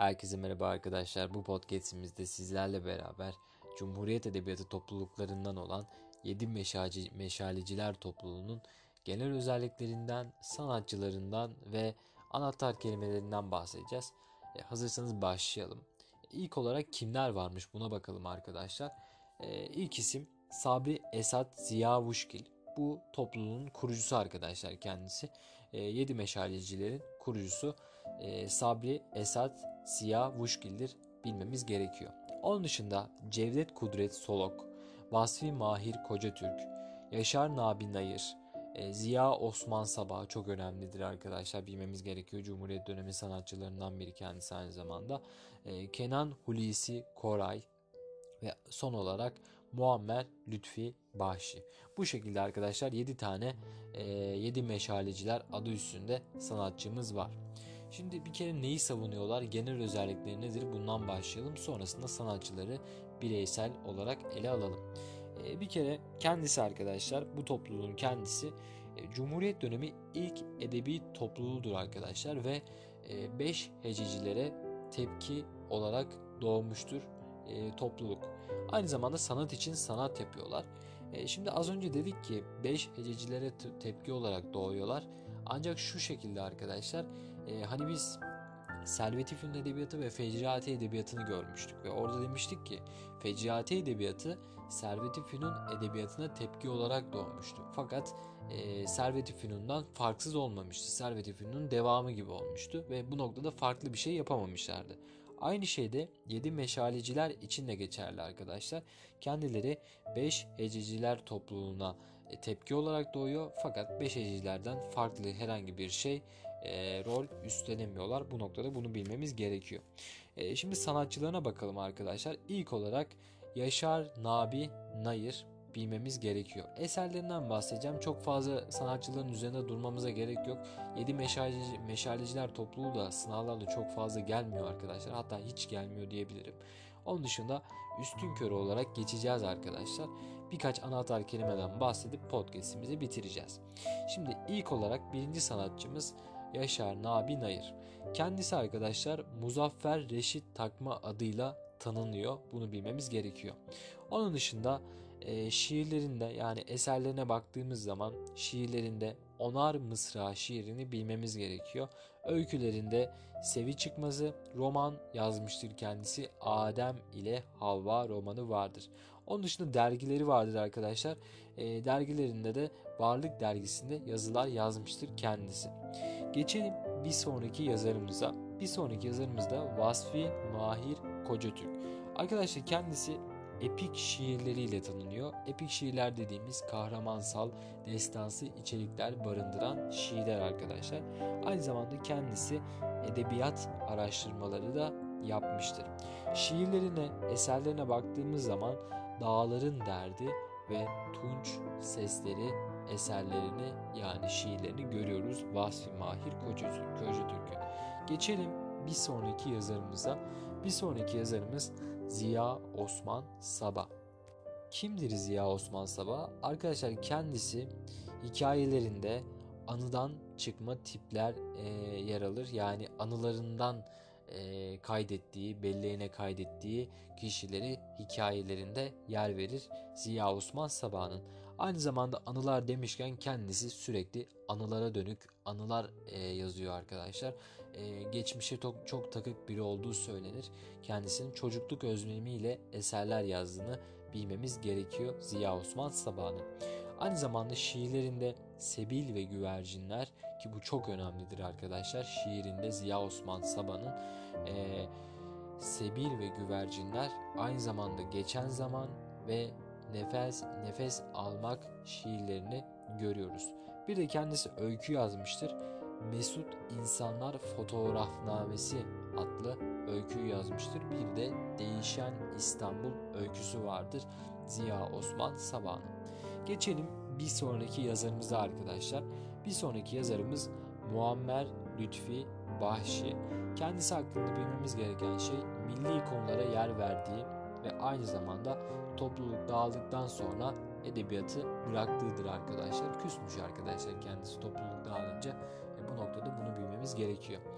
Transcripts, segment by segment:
Herkese merhaba arkadaşlar. Bu podcast'imizde sizlerle beraber Cumhuriyet Edebiyatı topluluklarından olan 7 Meşaleciler topluluğunun genel özelliklerinden, sanatçılarından ve anahtar kelimelerinden bahsedeceğiz. Hazırsanız başlayalım. İlk olarak kimler varmış buna bakalım arkadaşlar. İlk isim Sabri Esat Ziyavuşgil. Bu topluluğun kurucusu arkadaşlar kendisi. 7 Meşalecilerin kurucusu Sabri Esat Ziyavuşgil'dir bilmemiz gerekiyor. Onun dışında Cevdet Kudret Solok, Vasfi Mahir Kocatürk, Yaşar Nabi Nayır, Ziya Osman Sabah çok önemlidir arkadaşlar bilmemiz gerekiyor. Cumhuriyet dönemi sanatçılarından biri kendisi aynı zamanda. Kenan Hulusi Koray, ve son olarak Muammer Lütfi Bahşi. Bu şekilde arkadaşlar 7 tane 7 meşaleciler adı üstünde sanatçımız var. Şimdi bir kere neyi savunuyorlar? Genel özellikleri nedir? Bundan başlayalım. Sonrasında sanatçıları bireysel olarak ele alalım. Bir kere kendisi arkadaşlar bu topluluğun kendisi Cumhuriyet dönemi ilk edebi topluluğudur arkadaşlar ve 5 hececilere tepki olarak doğmuştur topluluk. Aynı zamanda sanat için sanat yapıyorlar. Şimdi az önce dedik ki 5 hececilere tepki olarak doğuyorlar. Ancak şu şekilde arkadaşlar hani biz Servet-i Fünun Edebiyatı ve Fecriati Edebiyatı'nı görmüştük ve orada demiştik ki Fecriati Edebiyatı Servet-i Fünun Edebiyatı'na tepki olarak doğmuştu. Fakat Servet-i Fünun'dan farksız olmamıştı. Servet-i Fünun'un devamı gibi olmuştu ve bu noktada farklı bir şey yapamamışlardı. Aynı şey de 7 meşaleciler için de geçerli arkadaşlar. Kendileri 5 hececiler topluluğuna tepki olarak doğuyor fakat 5 hececilerden farklı herhangi bir şey rol üstlenemiyorlar. Bu noktada bunu bilmemiz gerekiyor. Şimdi sanatçılarına bakalım arkadaşlar. İlk olarak Yaşar Nabi Nayır bilmemiz gerekiyor. Eserlerinden bahsedeceğim. Çok fazla sanatçıların üzerinde durmamıza gerek yok. 7 meşaleciler topluluğu da sınavlarda çok fazla gelmiyor arkadaşlar. Hatta hiç gelmiyor diyebilirim. Onun dışında üstünkörü olarak geçeceğiz arkadaşlar. Birkaç anahtar kelimeden bahsedip podcast'imizi bitireceğiz. Şimdi ilk olarak birinci sanatçımız Yaşar Nabi Nayır. Kendisi arkadaşlar Muzaffer Reşit Takma adıyla tanınıyor. Bunu bilmemiz gerekiyor. Onun dışında şiirlerinde yani eserlerine baktığımız zaman şiirlerinde onar mısra şiirini bilmemiz gerekiyor. Öykülerinde Sevi Çıkmazı roman yazmıştır kendisi. Adem ile Havva romanı vardır. Onun dışında dergileri vardır arkadaşlar. Dergilerinde de Varlık dergisinde yazılar yazmıştır kendisi. Geçelim bir sonraki yazarımıza. Bir sonraki yazarımız da Vasfi Mahir Kocatürk. Arkadaşlar kendisi epik şiirleriyle tanınıyor. Epik şiirler dediğimiz kahramansal, destansı içerikler barındıran şiirler arkadaşlar. Aynı zamanda kendisi edebiyat araştırmaları da yapmıştır. Şiirlerine, eserlerine baktığımız zaman Dağların Derdi ve Tunç Sesleri eserlerini yani şiirlerini görüyoruz Vasfi Mahir Kocatürk'ün. Geçelim bir sonraki yazarımıza. Bir sonraki yazarımız Ziya Osman Sabah. Kimdir Ziya Osman Sabah? Arkadaşlar kendisi hikayelerinde anıdan çıkma tipler yer alır. Yani anılarından kaydettiği, belleğine kaydettiği kişileri hikayelerinde yer verir Ziya Osman Sabah'ın. Aynı zamanda anılar demişken kendisi sürekli anılara dönük anılar yazıyor arkadaşlar. Geçmişe çok takık biri olduğu söylenir. Kendisinin çocukluk özlemiyle eserler yazdığını bilmemiz gerekiyor Ziya Osman Sabah'ın. Aynı zamanda şiirlerinde Sebil ve Güvercinler ki bu çok önemlidir arkadaşlar. Şiirinde Ziya Osman Sabah'ın Sebil ve Güvercinler aynı zamanda Geçen Zaman ve Nefes Almak şiirlerini görüyoruz. Bir de kendisi öykü yazmıştır. Mesut İnsanlar Fotoğrafnamesi adlı öyküyü yazmıştır. Bir de Değişen İstanbul öyküsü vardır Ziya Osman Sabah'ın. Geçelim bir sonraki yazarımıza arkadaşlar. Bir sonraki yazarımız Muammer Lütfi Bahşi. Kendisi hakkında bilmemiz gereken şey milli konulara yer verdiği ve aynı zamanda topluluk dağıldıktan sonra edebiyatı bıraktığıdır arkadaşlar. Küsmüş arkadaşlar kendisi topluluk dağılınca. Bu noktada bunu bilmemiz gerekiyor.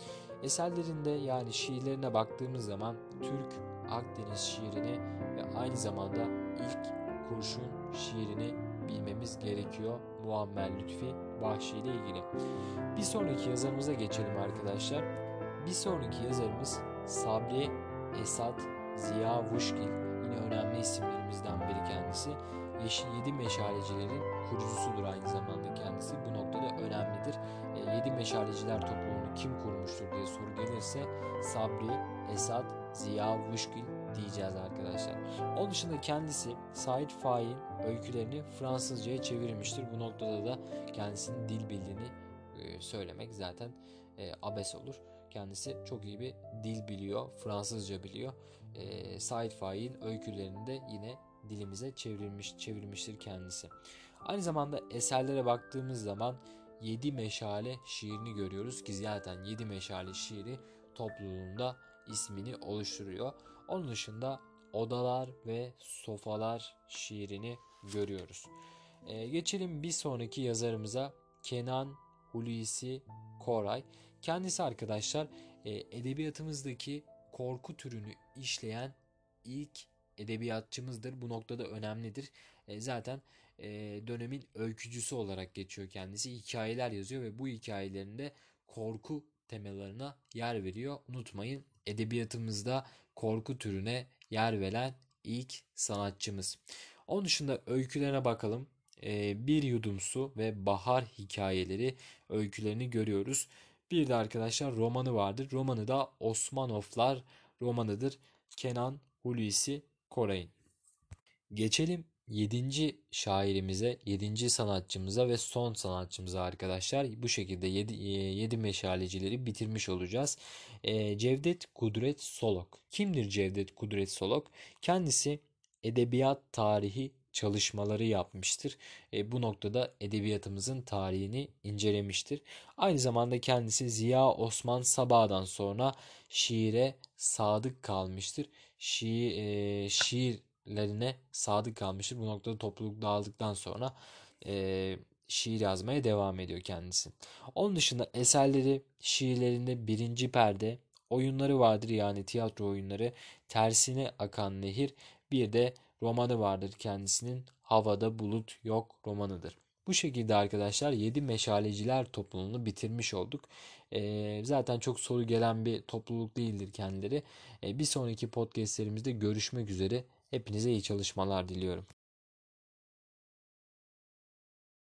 Eserlerinde yani şiirlerine baktığımız zaman Türk Akdeniz şiirini ve aynı zamanda ilk kurşun şiirini bilmemiz gerekiyor Muammer Lütfi Vahşi ile ilgili. Bir sonraki yazarımıza geçelim arkadaşlar. Bir sonraki yazarımız Sabri Esat Ziya Vuşgil. Yine önemli isimlerimizden biri kendisi. Yedi Meşalecilerin kurucusudur aynı zamanda kendisi. Bu noktada önemlidir. Yedi Meşaleciler topluluğunu kim kurmuştur diye soru gelirse Sabri Esat Ziya Vuşgil diyeceğiz arkadaşlar. Onun dışında kendisi Said Faik'in öykülerini Fransızca'ya çevirmiştir. Bu noktada da kendisinin dil bildiğini söylemek zaten abes olur. Kendisi çok iyi bir dil biliyor, Fransızca biliyor. Said Faik'in öykülerini de yine dilimize çevrilmiştir kendisi. Aynı zamanda eserlere baktığımız zaman Yedi Meşale şiirini görüyoruz ki zaten Yedi Meşale şiiri topluluğunda ismini oluşturuyor. Onun dışında Odalar ve Sofalar şiirini görüyoruz. Geçelim bir sonraki yazarımıza Kenan Hulusi Koray. Kendisi arkadaşlar edebiyatımızdaki korku türünü işleyen ilk edebiyatçımızdır. Bu noktada önemlidir. Zaten dönemin öykücüsü olarak geçiyor kendisi. Hikayeler yazıyor ve bu hikayelerinde korku temalarına yer veriyor. Unutmayın, edebiyatımızda korku türüne yer veren ilk sanatçımız. Onun dışında öykülerine bakalım. Bir Yudum Su ve Bahar Hikayeleri öykülerini görüyoruz. Bir de arkadaşlar romanı vardır. Romanı da Osmanovlar romanıdır. Kenan Hulusi Koray'ın. Geçelim yedinci şairimize, yedinci sanatçımıza ve son sanatçımıza arkadaşlar. Bu şekilde 7 meşalecileri bitirmiş olacağız. Cevdet Kudret Solok. Kimdir Cevdet Kudret Solok? Kendisi edebiyat tarihi çalışmaları yapmıştır. Bu noktada edebiyatımızın tarihini incelemiştir. Aynı zamanda kendisi Ziya Osman Sabah'dan sonra şiire sadık kalmıştır. Şiirlerine sadık kalmıştır. Bu noktada topluluk dağıldıktan sonra şiir yazmaya devam ediyor kendisi. Onun dışında eserleri şiirlerinde Birinci Perde, oyunları vardır yani tiyatro oyunları, Tersine Akan Nehir, bir de romanı vardır kendisinin Havada Bulut Yok romanıdır. Bu şekilde arkadaşlar 7 meşaleciler topluluğunu bitirmiş olduk. Zaten çok soru gelen bir topluluk değildir kendileri. Bir sonraki podcastlerimizde görüşmek üzere. Hepinize iyi çalışmalar diliyorum.